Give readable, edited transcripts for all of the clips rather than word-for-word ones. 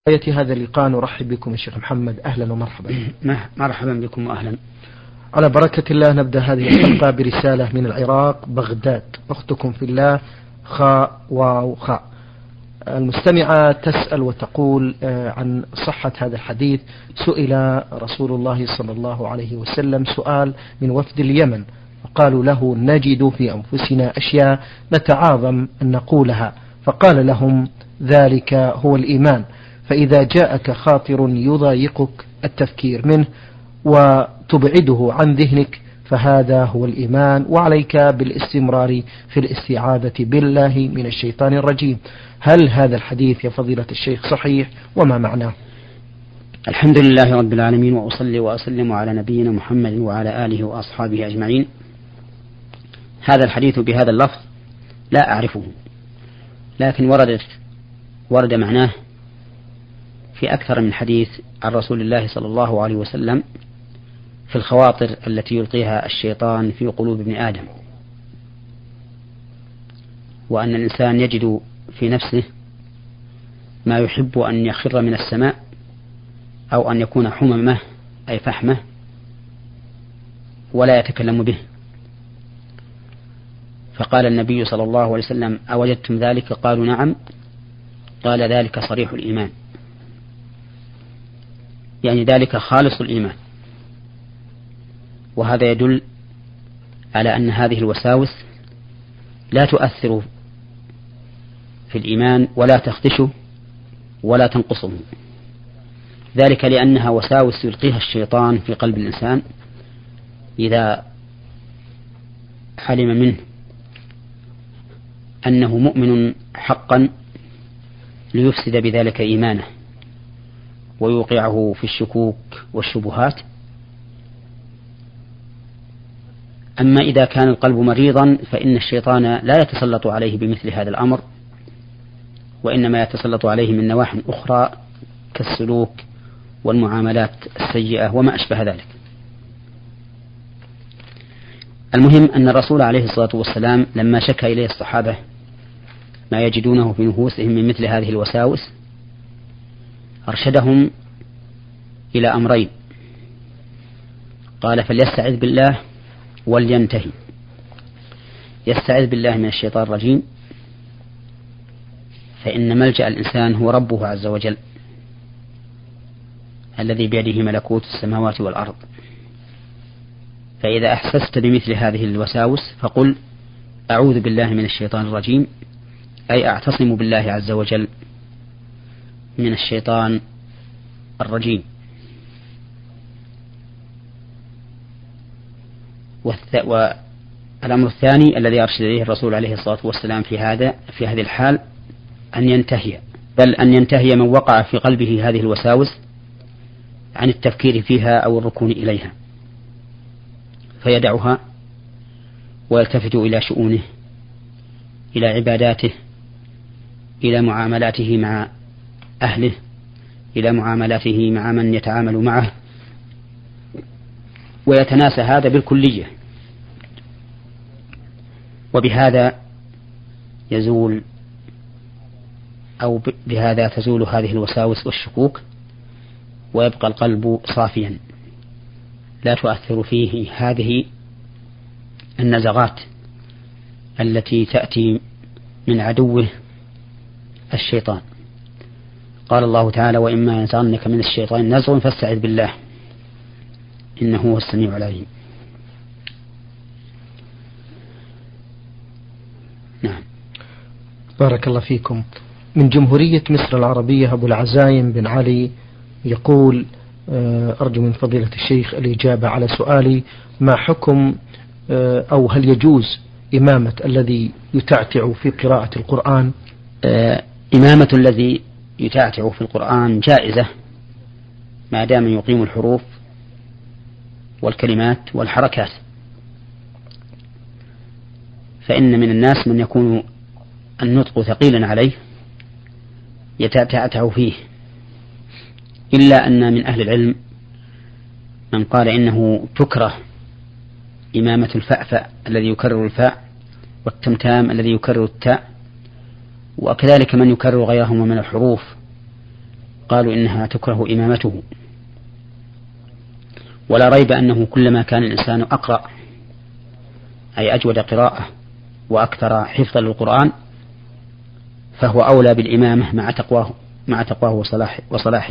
هذا اللقاء نرحب بكم الشيخ محمد، أهلا ومرحبا. مرحبا بكم وأهلا. على بركة الله نبدأ هذه الحلقة برسالة من العراق بغداد، أختكم في الله خاء واو خاء. المستمعة تسأل وتقول عن صحة هذا الحديث. سئل رسول الله صلى الله عليه وسلم سؤال من وفد اليمن، فقالوا له: نجد في أنفسنا أشياء نتعاظم أن نقولها، فقال لهم: ذلك هو الإيمان، فإذا جاءك خاطر يضايقك التفكير منه وتبعده عن ذهنك فهذا هو الإيمان، وعليك بالاستمرار في الاستعاذة بالله من الشيطان الرجيم. هل هذا الحديث يا فضيلة الشيخ صحيح، وما معناه؟ الحمد لله رب العالمين، وأصلي وأسلم على نبينا محمد وعلى آله وأصحابه أجمعين. هذا الحديث بهذا اللفظ لا أعرفه، لكن ورد معناه في أكثر من حديث عن رسول الله صلى الله عليه وسلم في الخواطر التي يلقيها الشيطان في قلوب ابن آدم، وأن الإنسان يجد في نفسه ما يحب أن يخر من السماء أو أن يكون حممه أي فحمه ولا يتكلم به. فقال النبي صلى الله عليه وسلم: أوجدتم ذلك؟ قالوا: نعم. قال: ذلك صريح الإيمان، يعني ذلك خالص الإيمان. وهذا يدل على أن هذه الوساوس لا تؤثر في الإيمان ولا تخدشه ولا تنقصه، ذلك لأنها وساوس يلقيها الشيطان في قلب الإنسان إذا علم منه أنه مؤمن حقا ليفسد بذلك إيمانه ويوقعه في الشكوك والشبهات. أما إذا كان القلب مريضا فإن الشيطان لا يتسلط عليه بمثل هذا الأمر، وإنما يتسلط عليه من نواحي أخرى كالسلوك والمعاملات السيئة وما أشبه ذلك. المهم أن الرسول عليه الصلاة والسلام لما شكى إليه الصحابة ما يجدونه في نفوسهم من مثل هذه الوساوس أرشدهم إلى أمرين: قال: فليستعذ بالله ولينتهي. يستعذ بالله من الشيطان الرجيم، فإن ملجأ الإنسان هو ربه عز وجل الذي بيده ملكوت السماوات والأرض. فإذا أحسست بمثل هذه الوساوس فقل: أعوذ بالله من الشيطان الرجيم، أي أعتصم بالله عز وجل من الشيطان الرجيم. والأمر الثاني الذي أرشد إليه الرسول عليه الصلاة والسلام في هذه الحال أن ينتهي، بل أن ينتهي من وقع في قلبه هذه الوساوس عن التفكير فيها أو الركون إليها، فيدعها ويلتفت إلى شؤونه، إلى عباداته، إلى معاملاته مع أهله، إلى معاملاته مع من يتعامل معه، ويتناسى هذا بالكلية. وبهذا يزول أو بهذا تزول هذه الوساوس والشكوك، ويبقى القلب صافيا لا تؤثر فيه هذه النزغات التي تأتي من عدوه الشيطان. قال الله تعالى: وإما ينزغنك من الشيطان نزغ فاستعذ بالله إنه هو السميع العليم. نعم. بارك الله فيكم. من جمهورية مصر العربية أبو العزايم بن علي يقول: أرجو من فضيلة الشيخ الإجابة على سؤالي: ما حكم أو هل يجوز إمامة الذي يتعتع في قراءة القرآن؟ إمامة الذي يتعتع في القرآن جائزة ما دام يقيم الحروف والكلمات والحركات، فإن من الناس من يكون النطق ثقيلا عليه يتعتع فيه، إلا أن من أهل العلم من قال إنه تكره إمامة الفأفأ الذي يكرر الفاء والتمتام الذي يكرر التاء، وكذلك من يكرر غيرهما من الحروف قالوا إنها تكره إمامته. ولا ريب أنه كلما كان الإنسان أقرأ أي أجود قراءة وأكثر حفظا للقرآن فهو أولى بالإمامة مع تقواه وصلاحه،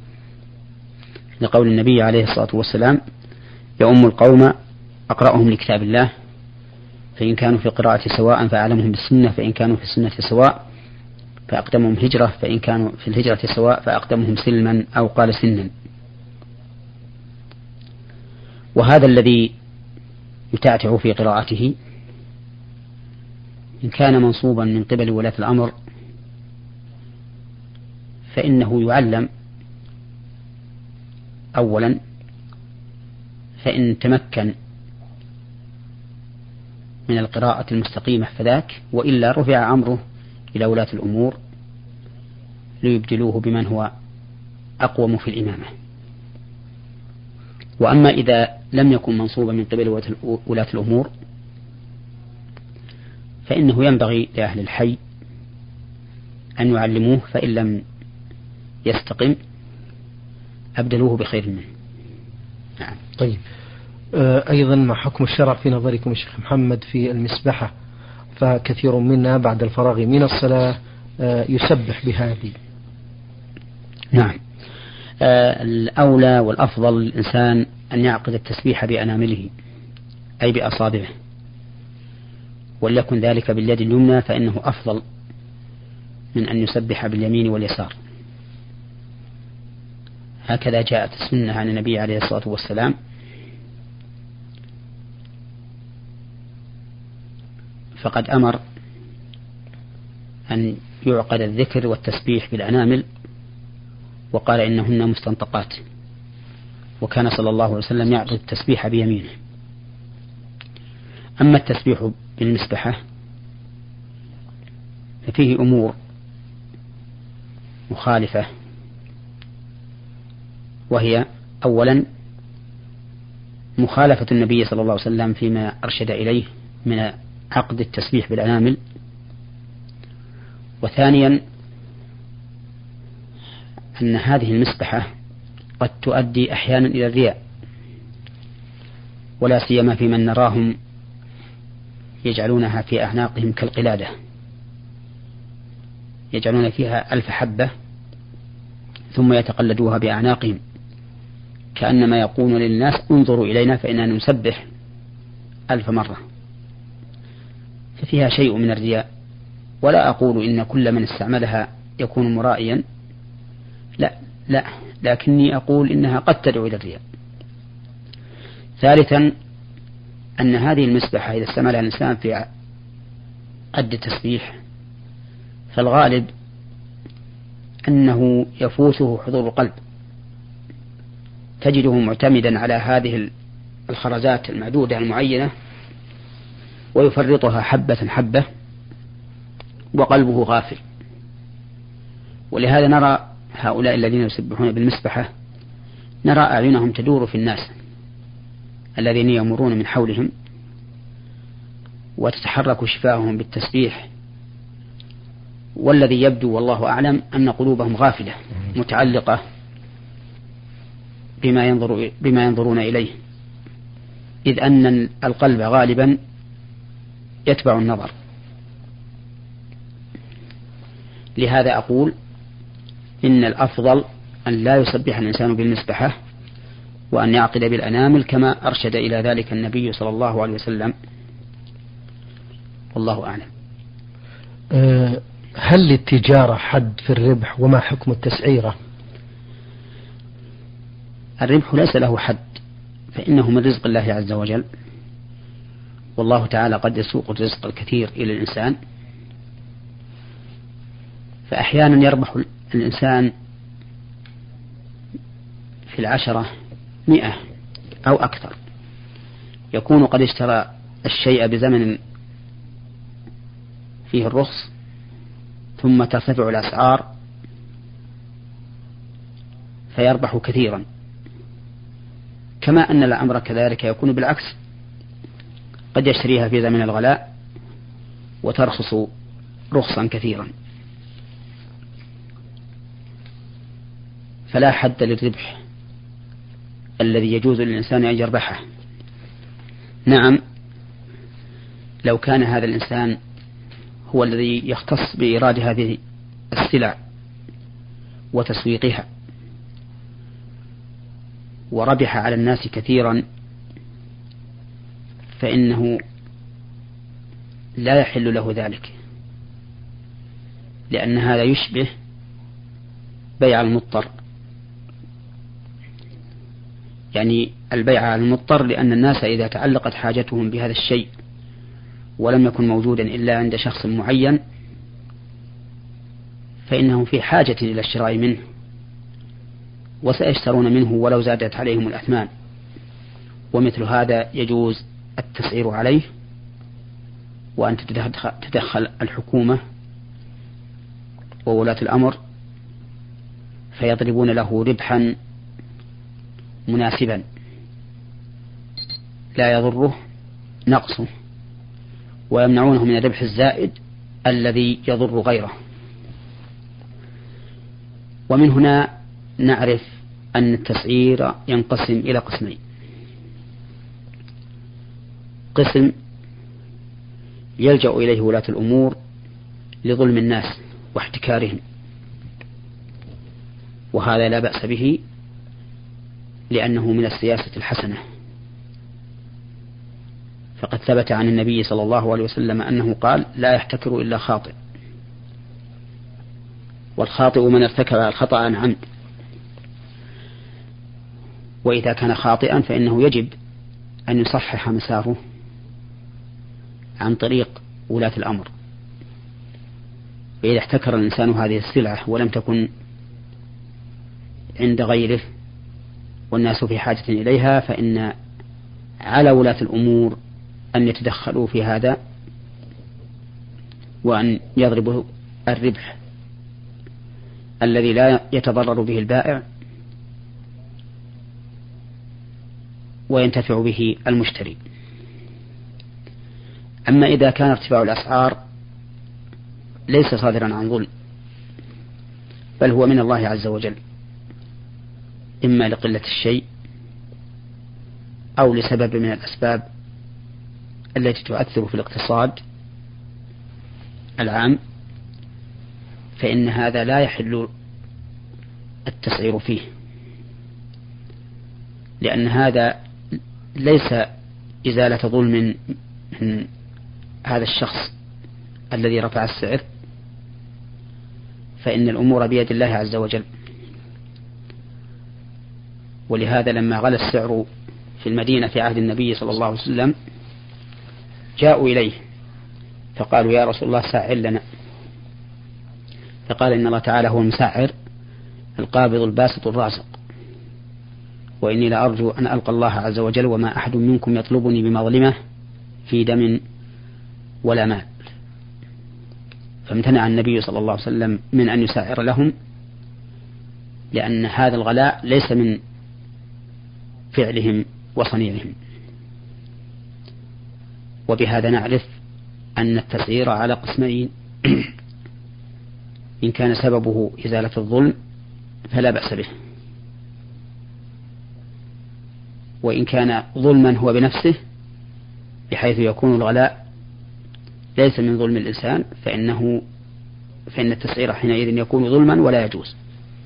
لقول النبي عليه الصلاة والسلام: يؤم القوم أقرأهم لكتاب الله، فإن كانوا في القراءة سواء فأعلمهم بالسنة، فإن كانوا في السنة سواء فأقدمهم هجرة، فإن كانوا في الهجرة سواء فأقدمهم سلما، أو قال سنا. وهذا الذي يتعتع في قراءته إن كان منصوبا من قبل ولاة الأمر فإنه يعلم أولا، فإن تمكن من القراءة المستقيمة فذاك، وإلا رفع أمره إلى ولاة الأمور ليبدلوه بمن هو أقوم في الإمامة. وأما إذا لم يكن منصوبا من قبل ولاة الأمور فإنه ينبغي لأهل الحي أن يعلموه، فإن لم يستقم أبدلوه بخير منه. نعم. طيب، أيضا ما حكم الشرع في نظركم الشيخ محمد في المسبحة؟ فكثير منا بعد الفراغ من الصلاة يسبح بهذه. نعم. الأولى والأفضل للإنسان أن يعقد التسبيح بأنامله أي بأصابعه، وليكن ذلك باليد اليمنى، فإنه أفضل من أن يسبح باليمين واليسار. هكذا جاءت السنة عن النبي عليه الصلاة والسلام. فقد أمر أن يعقد الذكر والتسبيح بالأنامل، وقال إنهن مستنطقات، وكان صلى الله عليه وسلم يعقد التسبيح بيمينه. أما التسبيح بالمسبحة ففيه أمور مخالفة، وهي أولا مخالفة النبي صلى الله عليه وسلم فيما أرشد إليه من عقد التسبيح بالأنامل، وثانيا أن هذه المسبحة قد تؤدي أحيانا إلى الرياء، ولا سيما في من نراهم يجعلونها في أعناقهم كالقلادة، يجعلون فيها 1000 حبة ثم يتقلدوها بأعناقهم كأنما يقولون للناس: انظروا إلينا فإننا نسبح 1000 مرة. ففيها شيء من الرياء، ولا أقول إن كل من استعملها يكون مرائيا، لا، لكني أقول إنها قد تدعو إلى الرياء. ثالثا أن هذه المسبحة إذا استعملها الإنسان في عد التسبيح فالغالب أنه يفوته حضور القلب، تجده معتمدا على هذه الخرزات المعدودة المعينة ويفرطها حبة حبة وقلبه غافل. ولهذا نرى هؤلاء الذين يسبحون بالمسبحة نرى أعينهم تدور في الناس الذين يمرون من حولهم، وتتحرك شفاههم بالتسبيح، والذي يبدو والله أعلم أن قلوبهم غافلة متعلقة بما ينظرون إليه، إذ أن القلب غالبا يتبع النظر. لهذا أقول إن الأفضل أن لا يسبح الإنسان بالمسبحة، وأن يعقد بالأنامل كما أرشد إلى ذلك النبي صلى الله عليه وسلم، والله أعلم. هل للتجارة حد في الربح؟ وما حكم التسعيرة؟ الربح ليس له حد، فإنه من رزق الله عز وجل، والله تعالى قد يسوق الرزق الكثير إلى الإنسان، فأحيانا يربح الإنسان في 10 100 أو أكثر، يكون قد اشترى الشيء بزمن فيه الرخص ثم ترتفع الأسعار فيربح كثيرا، كما أن الأمر كذلك يكون بالعكس، قد يشتريها في زمن الغلاء وترخص رخصا كثيرا. فلا حد للربح الذي يجوز للإنسان أن يربحه. نعم، لو كان هذا الإنسان هو الذي يختص بإيراد هذه السلع وتسويقها وربح على الناس كثيرا، فإنه لا يحل له ذلك، لأن هذا يشبه بيع المضطر، يعني البيع على المضطر، لأن الناس إذا تعلقت حاجتهم بهذا الشيء ولم يكن موجودا إلا عند شخص معين فإنهم في حاجة إلى الشراء منه، وسيشترون منه ولو زادت عليهم الأثمان. ومثل هذا يجوز التسعير عليه، وأن تتدخل الحكومة وولاة الأمر فيضربون له ربحا مناسبا لا يضره نقصه، ويمنعونه من الربح الزائد الذي يضر غيره. ومن هنا نعرف أن التسعير ينقسم إلى قسمين: قسم يلجأ إليه ولاة الأمور لظلم الناس واحتكارهم، وهذا لا بأس به لأنه من السياسة الحسنة، فقد ثبت عن النبي صلى الله عليه وسلم أنه قال: لا يحتكر إلا خاطئ، والخاطئ من ارتكب الخطأ عن عمد. وإذا كان خاطئا فإنه يجب أن يصحح مساره عن طريق ولاة الأمر. وإذا احتكر الإنسان هذه السلعة ولم تكن عند غيره والناس في حاجة إليها، فإن على ولاة الأمور أن يتدخلوا في هذا وأن يضربوا الربح الذي لا يتضرر به البائع وينتفع به المشتري. أما إذا كان ارتفاع الأسعار ليس صادرا عن ظلم، بل هو من الله عز وجل، إما لقلة الشيء أو لسبب من الأسباب التي تؤثر في الاقتصاد العام، فإن هذا لا يحل التسعير فيه، لأن هذا ليس إزالة ظلم من هذا الشخص الذي رفع السعر، فإن الأمور بيد الله عز وجل. ولهذا لما غلى السعر في المدينة في عهد النبي صلى الله عليه وسلم جاءوا إليه فقالوا: يا رسول الله سعر لنا. فقال: إن الله تعالى هو المسعر القابض الباسط الرازق، وإني لأرجو أن ألقى الله عز وجل وما أحد منكم يطلبني بمظلمة في دم ولا مال. فامتنع النبي صلى الله عليه وسلم من أن يسعر لهم، لأن هذا الغلاء ليس من فعلهم وصنيعهم. وبهذا نعرف أن التسعير على قسمين: إن كان سببه إزالة الظلم فلا بأس به، وإن كان ظلما هو بنفسه بحيث يكون الغلاء ليس من ظلم الإنسان فإن التسعير حينئذ يكون ظلما ولا يجوز.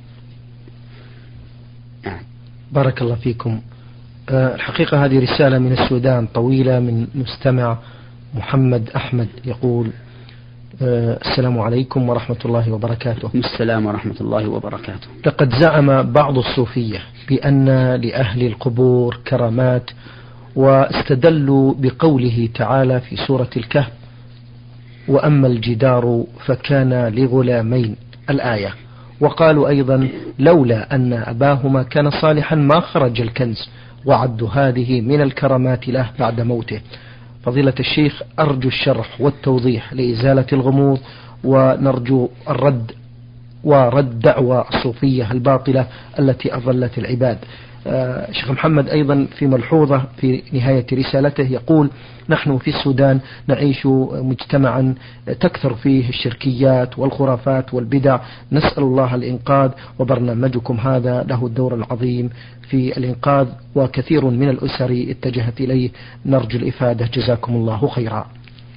بارك الله فيكم. الحقيقة هذه رسالة من السودان طويلة من مستمع محمد أحمد، يقول: السلام عليكم ورحمة الله وبركاته. السلام ورحمة الله وبركاته. لقد زعم بعض الصوفية بأن لأهل القبور كرامات، واستدلوا بقوله تعالى في سورة الكهف: وأما الجدار فكان لغلامين، الآية. وقالوا أيضا: لولا أن أباهما كان صالحا ما خرج الكنز، وعدوا هذه من الكرامات له بعد موته. فضيلة الشيخ، أرجو الشرح والتوضيح لإزالة الغموض، ونرجو الرد ورد دعوى الصوفية الباطلة التي أضلت العباد. شيخ محمد أيضا في ملحوظة في نهاية رسالته يقول: نحن في السودان نعيش مجتمعا تكثر فيه الشركيات والخرافات والبدع، نسأل الله الإنقاذ، وبرنامجكم هذا له الدور العظيم في الإنقاذ، وكثير من الأسر اتجهت إليه، نرجو الإفادة، جزاكم الله خيرا.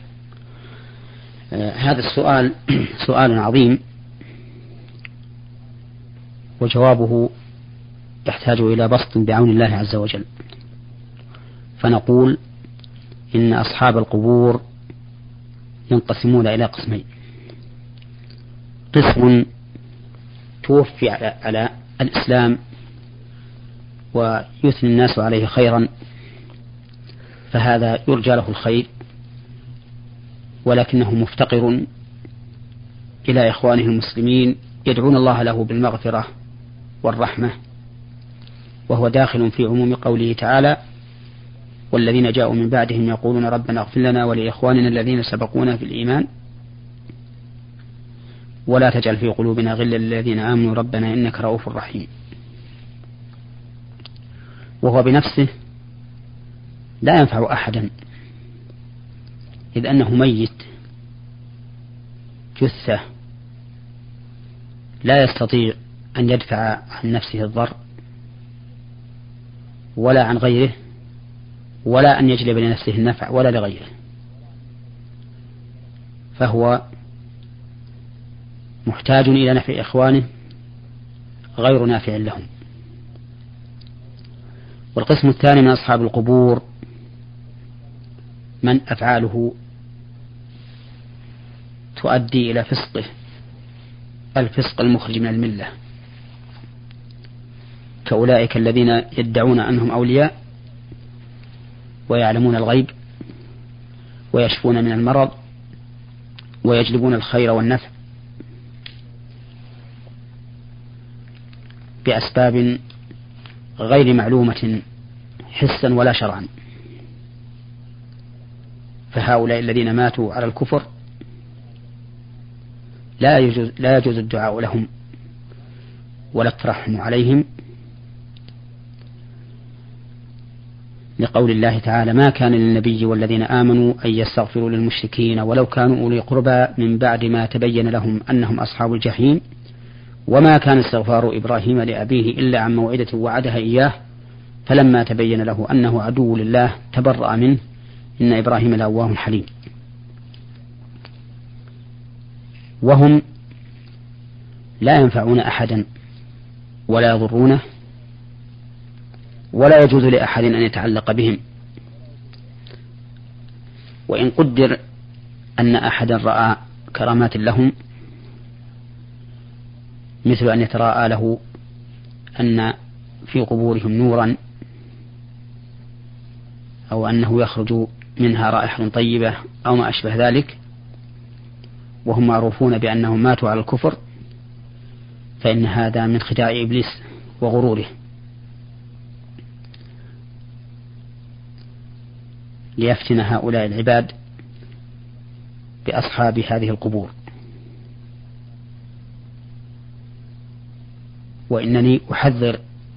هذا السؤال سؤال عظيم، وجوابه يحتاج إلى بسط بعون الله عز وجل. فنقول إن أصحاب القبور ينقسمون إلى قسمين: قسم توفي على الإسلام ويثني الناس عليه خيرا، فهذا يرجى له الخير، ولكنه مفتقر إلى إخوانه المسلمين يدعون الله له بالمغفرة والرحمة، وهو داخل في عموم قوله تعالى: والذين جاءوا من بعدهم يقولون ربنا اغفر لنا ولإخواننا الذين سبقونا في الإيمان ولا تجعل في قلوبنا غلا للذين آمنوا ربنا إنك رؤوف رحيم. وهو بنفسه لا ينفع أحدا، إذ أنه ميت جثة لا يستطيع أن يدفع عن نفسه الضر ولا عن غيره، ولا أن يجلب لنفسه النفع ولا لغيره، فهو محتاج إلى نفع إخوانه غير نافع لهم. والقسم الثاني من أصحاب القبور من أفعاله تؤدي إلى فسقه، الفسق المخرج من الملة، كأولئك الذين يدعون أنهم أولياء ويعلمون الغيب ويشفون من المرض ويجلبون الخير والنفع بأسباب غير معلومة حسا ولا شرعا. فهؤلاء الذين ماتوا على الكفر لا يجوز الدعاء لهم ولا الترحم عليهم، لقول الله تعالى: ما كان للنبي والذين آمنوا أن يستغفروا للمشركين ولو كانوا أولي قربى من بعد ما تبين لهم أنهم أصحاب الجحيم وما كان استغفار إبراهيم لأبيه إلا عن موعدة وعدها إياه فلما تبين له أنه عدو لله تبرأ منه إن إبراهيم لأواه حليم. وهم لا ينفعون أحدا ولا يضرونه، ولا يجوز لأحد أن يتعلق بهم. وإن قدر أن أحدا رأى كرامات لهم، مثل أن يتراءى له أن في قبورهم نورا، أو أنه يخرج منها رائحة طيبة أو ما أشبه ذلك، وهم معروفون بأنهم ماتوا على الكفر، فإن هذا من خداع إبليس وغروره، ليفتن هؤلاء العباد بأصحاب هذه القبور. وإنني أحذر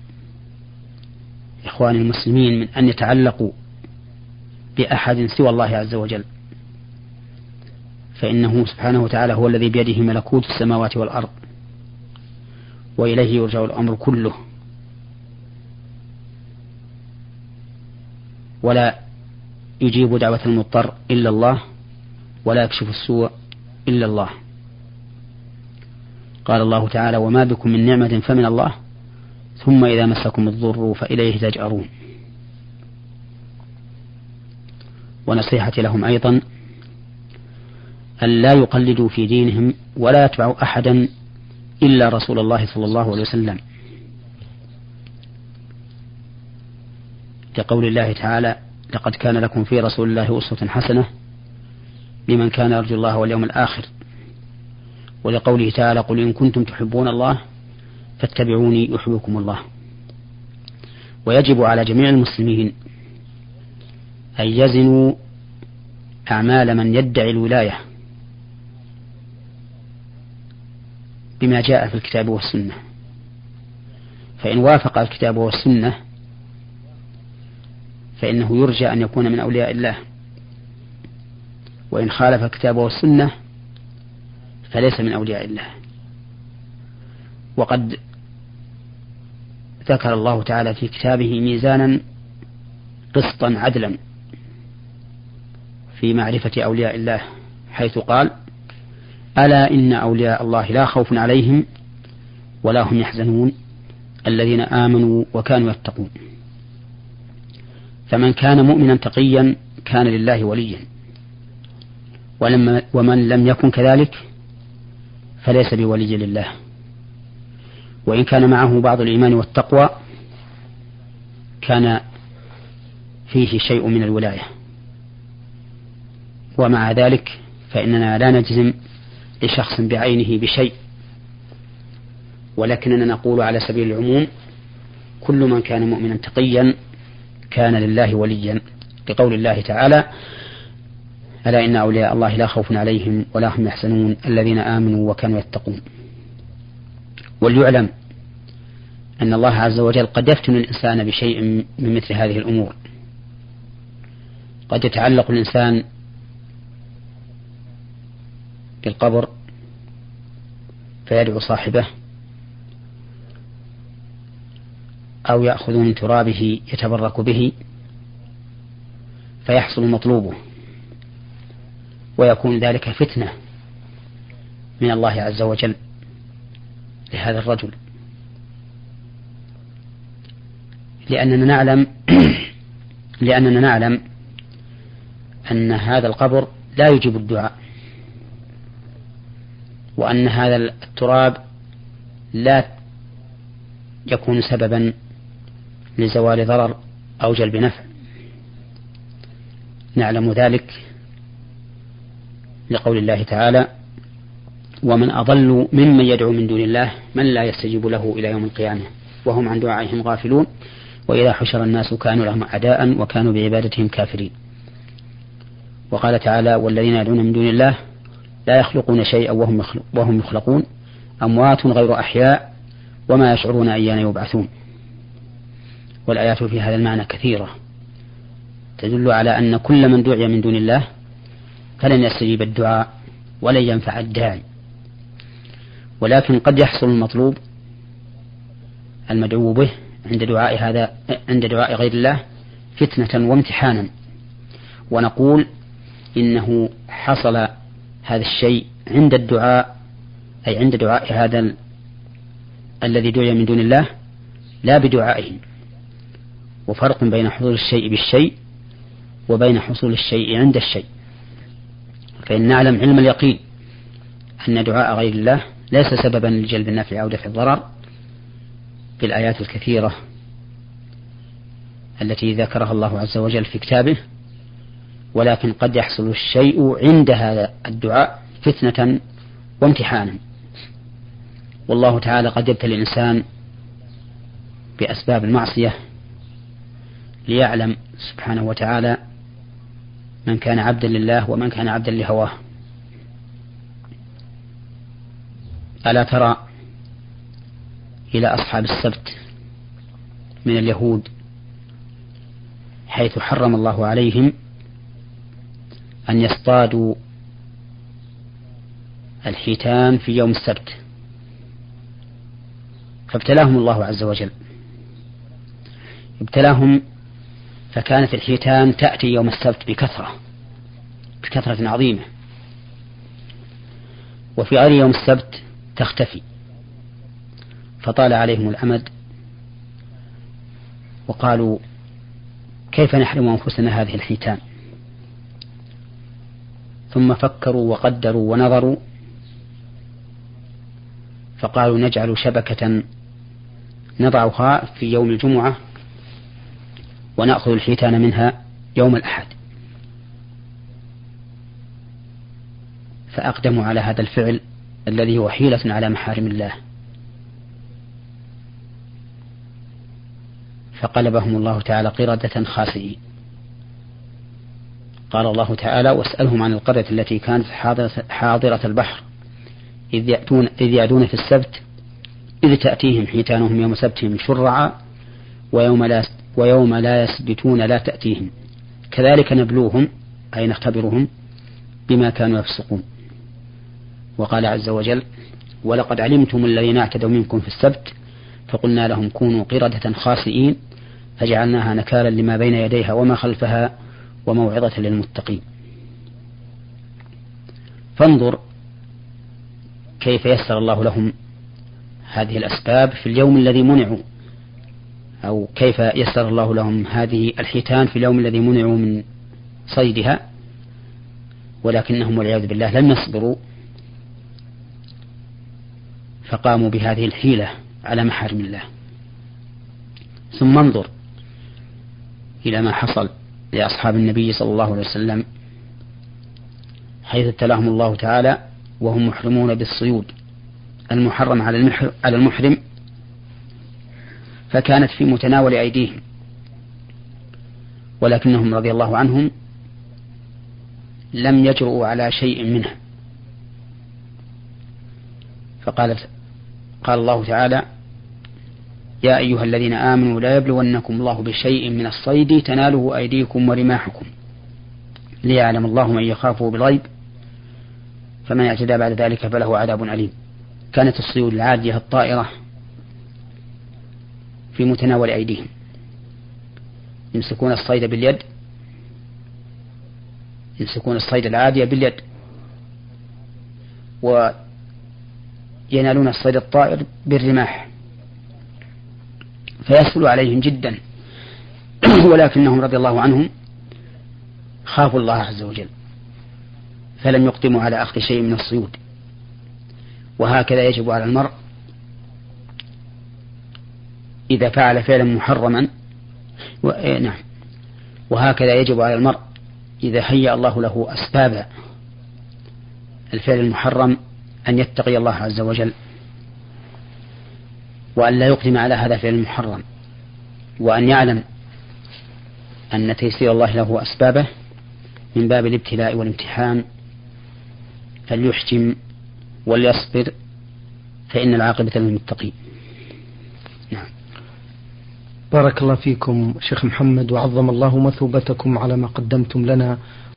إخواني المسلمين من أن يتعلقوا بأحد سوى الله عز وجل، فإنه سبحانه وتعالى هو الذي بيده ملكوت السماوات والأرض، وإليه يرجع الأمر كله، ولا يجيب دعوة المضطر إلا الله، ولا يكشف السوء إلا الله. قال الله تعالى: وما بكم من نعمة فمن الله ثم إذا مسكم الضر فإليه تجأرون. ونصيحتي لهم أيضا أن لا يقلدوا في دينهم ولا يتبعوا أحدا إلا رسول الله صلى الله عليه وسلم، لقول الله تعالى: لقد كان لكم في رسول الله أسوة حسنة لمن كان يرجو الله واليوم الآخر، ولقوله تعالى: قل إن كنتم تحبون الله فاتبعوني يحببكم الله. ويجب على جميع المسلمين أن يزنوا أعمال من يدعي الولاية بما جاء في الكتاب والسنة، فإن وافق الكتاب والسنة فإنه يرجى أن يكون من أولياء الله، وإن خالف الكتاب والسنة فليس من أولياء الله. وقد ذكر الله تعالى في كتابه ميزانا قسطا عدلا في معرفة أولياء الله، حيث قال: ألا إن أولياء الله لا خوف عليهم ولا هم يحزنون الذين آمنوا وكانوا يتقون. فمن كان مؤمنا تقيا كان لله وليا، ومن لم يكن كذلك فليس بولي لله، وإن كان معه بعض الإيمان والتقوى كان فيه شيء من الولاية. ومع ذلك فإننا لا نجزم لشخص بعينه بشيء، ولكننا نقول على سبيل العموم: كل من كان مؤمنا تقيا كان لله وليا، لقول الله تعالى: ألا إن أولياء الله لا خوف عليهم ولا هم يحزنون الذين آمنوا وكانوا يتقون. وليعلم أن الله عز وجل قد يفتن الإنسان بشيء من مثل هذه الأمور. قد يتعلق الإنسان بالقبر فيدعو صاحبه، أو يأخذ من ترابه يتبرك به فيحصل مطلوبه، ويكون ذلك فتنة من الله عز وجل لهذا الرجل، لأننا نعلم أن هذا القبر لا يجيب الدعاء، وأن هذا التراب لا يكون سببا لزوال ضرر أو جلب نفع. نعلم ذلك لقول الله تعالى: ومن أضل ممن يدعو من دون الله من لا يستجيب له إلى يوم القيامة وهم عن دعائهم غافلون وإذا حشر الناس كانوا لهم أعداء وكانوا بعبادتهم كافرين. وقال تعالى: والذين يدعون من دون الله لا يخلقون شيئا وهم يخلقون أموات غير أحياء وما يشعرون أيان يبعثون. والآيات في هذا المعنى كثيرة تدل على أن كل من دعي من دون الله فلن يستجيب الدعاء ولن ينفع الداعي، ولكن قد يحصل المطلوب المدعو به عند دعاء غير الله فتنة وامتحانا، ونقول إنه حصل هذا الشيء عند الدعاء، أي عند دعاء هذا الذي دعي من دون الله لا بدعائه. وفرق بين حصول الشيء بالشيء وبين حصول الشيء عند الشيء. فإن نعلم علم اليقين أن دعاء غير الله ليس سببا لجلب النفع أو دفع الضرر بالآيات الكثيرة التي ذكرها الله عز وجل في كتابه، ولكن قد يحصل الشيء عند هذا الدعاء فتنة وامتحانا. والله تعالى قد يبتلي الإنسان بأسباب المعصية ليعلم سبحانه وتعالى من كان عبدا لله ومن كان عبدا لهواه. ألا ترى إلى أصحاب السبت من اليهود حيث حرم الله عليهم أن يصطادوا الحيتان في يوم السبت، فابتلاهم الله عز وجل، ابتلاهم فكانت الحيتان تأتي يوم السبت بكثرة عظيمة، وفي غير يوم السبت تختفي، فطال عليهم الأمد وقالوا: كيف نحرم أنفسنا هذه الحيتان؟ ثم فكروا وقدروا ونظروا فقالوا: نجعل شبكة نضعها في يوم الجمعة ونأخذ الحيتان منها يوم الأحد. فأقدموا على هذا الفعل الذي هو حيلة على محارم الله، فقلبهم الله تعالى قردة خاسئين. قال الله تعالى: واسألهم عن القرية التي كانت حاضرة البحر إذ يعدون في السبت إذ تأتيهم حيتانهم يوم سبتهم شرعا ويوم لا يسبتون لا تأتيهم كذلك نبلوهم أي نختبرهم بما كانوا يفسقون. وقال عز وجل ولقد علمتم الذين اعتدوا منكم في السبت فقلنا لهم كونوا قردة خاسئين فجعلناها نكالا لما بين يديها وما خلفها وموعظة للمتقين. فانظر كيف يسر الله لهم هذه الأسباب في اليوم الذي منعوا، أو كيف يسر الله لهم هذه الحيتان في اليوم الذي منعوا من صيدها، ولكنهم والعياذ بالله لم يصبروا فقاموا بهذه الحيلة على محارم الله. ثم انظر إلى ما حصل لأصحاب النبي صلى الله عليه وسلم حيث ابتلاهم الله تعالى وهم محرمون بالصيود المحرم على المحرم، فكانت في متناول أيديهم، ولكنهم رضي الله عنهم لم يجرؤوا على شيء منها. قال الله تعالى يا أيها الذين آمنوا لا يبلونكم الله بشيء من الصيد تناله أيديكم ورماحكم ليعلم الله من يخافه بالغيب فمن اعتدى بعد ذلك فله عذاب أليم. كانت الصيود العادية الطائرة في متناول أيديهم، يمسكون الصيد باليد، يمسكون الصيد العادية باليد، وينالون الصيد الطائر بالرماح، فيسهل عليهم جدا. ولكنهم رضي الله عنهم خافوا الله عز وجل فلم يقدموا على أخذ شيء من الصيود. وهكذا يجب على المرء إذا فعل فعلا محرما وهكذا يجب على المرء إذا هيأ الله له أسباب الفعل المحرم أن يتقي الله عز وجل وأن لا يقدم على هذا الفعل المحرم، وأن يعلم أن تيسير الله له أسبابه من باب الابتلاء والامتحان، فليحجم وليصبر فإن العاقبة للمتقين. نعم. بارك الله فيكم شيخ محمد، وعظم الله مثوبتكم على ما قدمتم لنا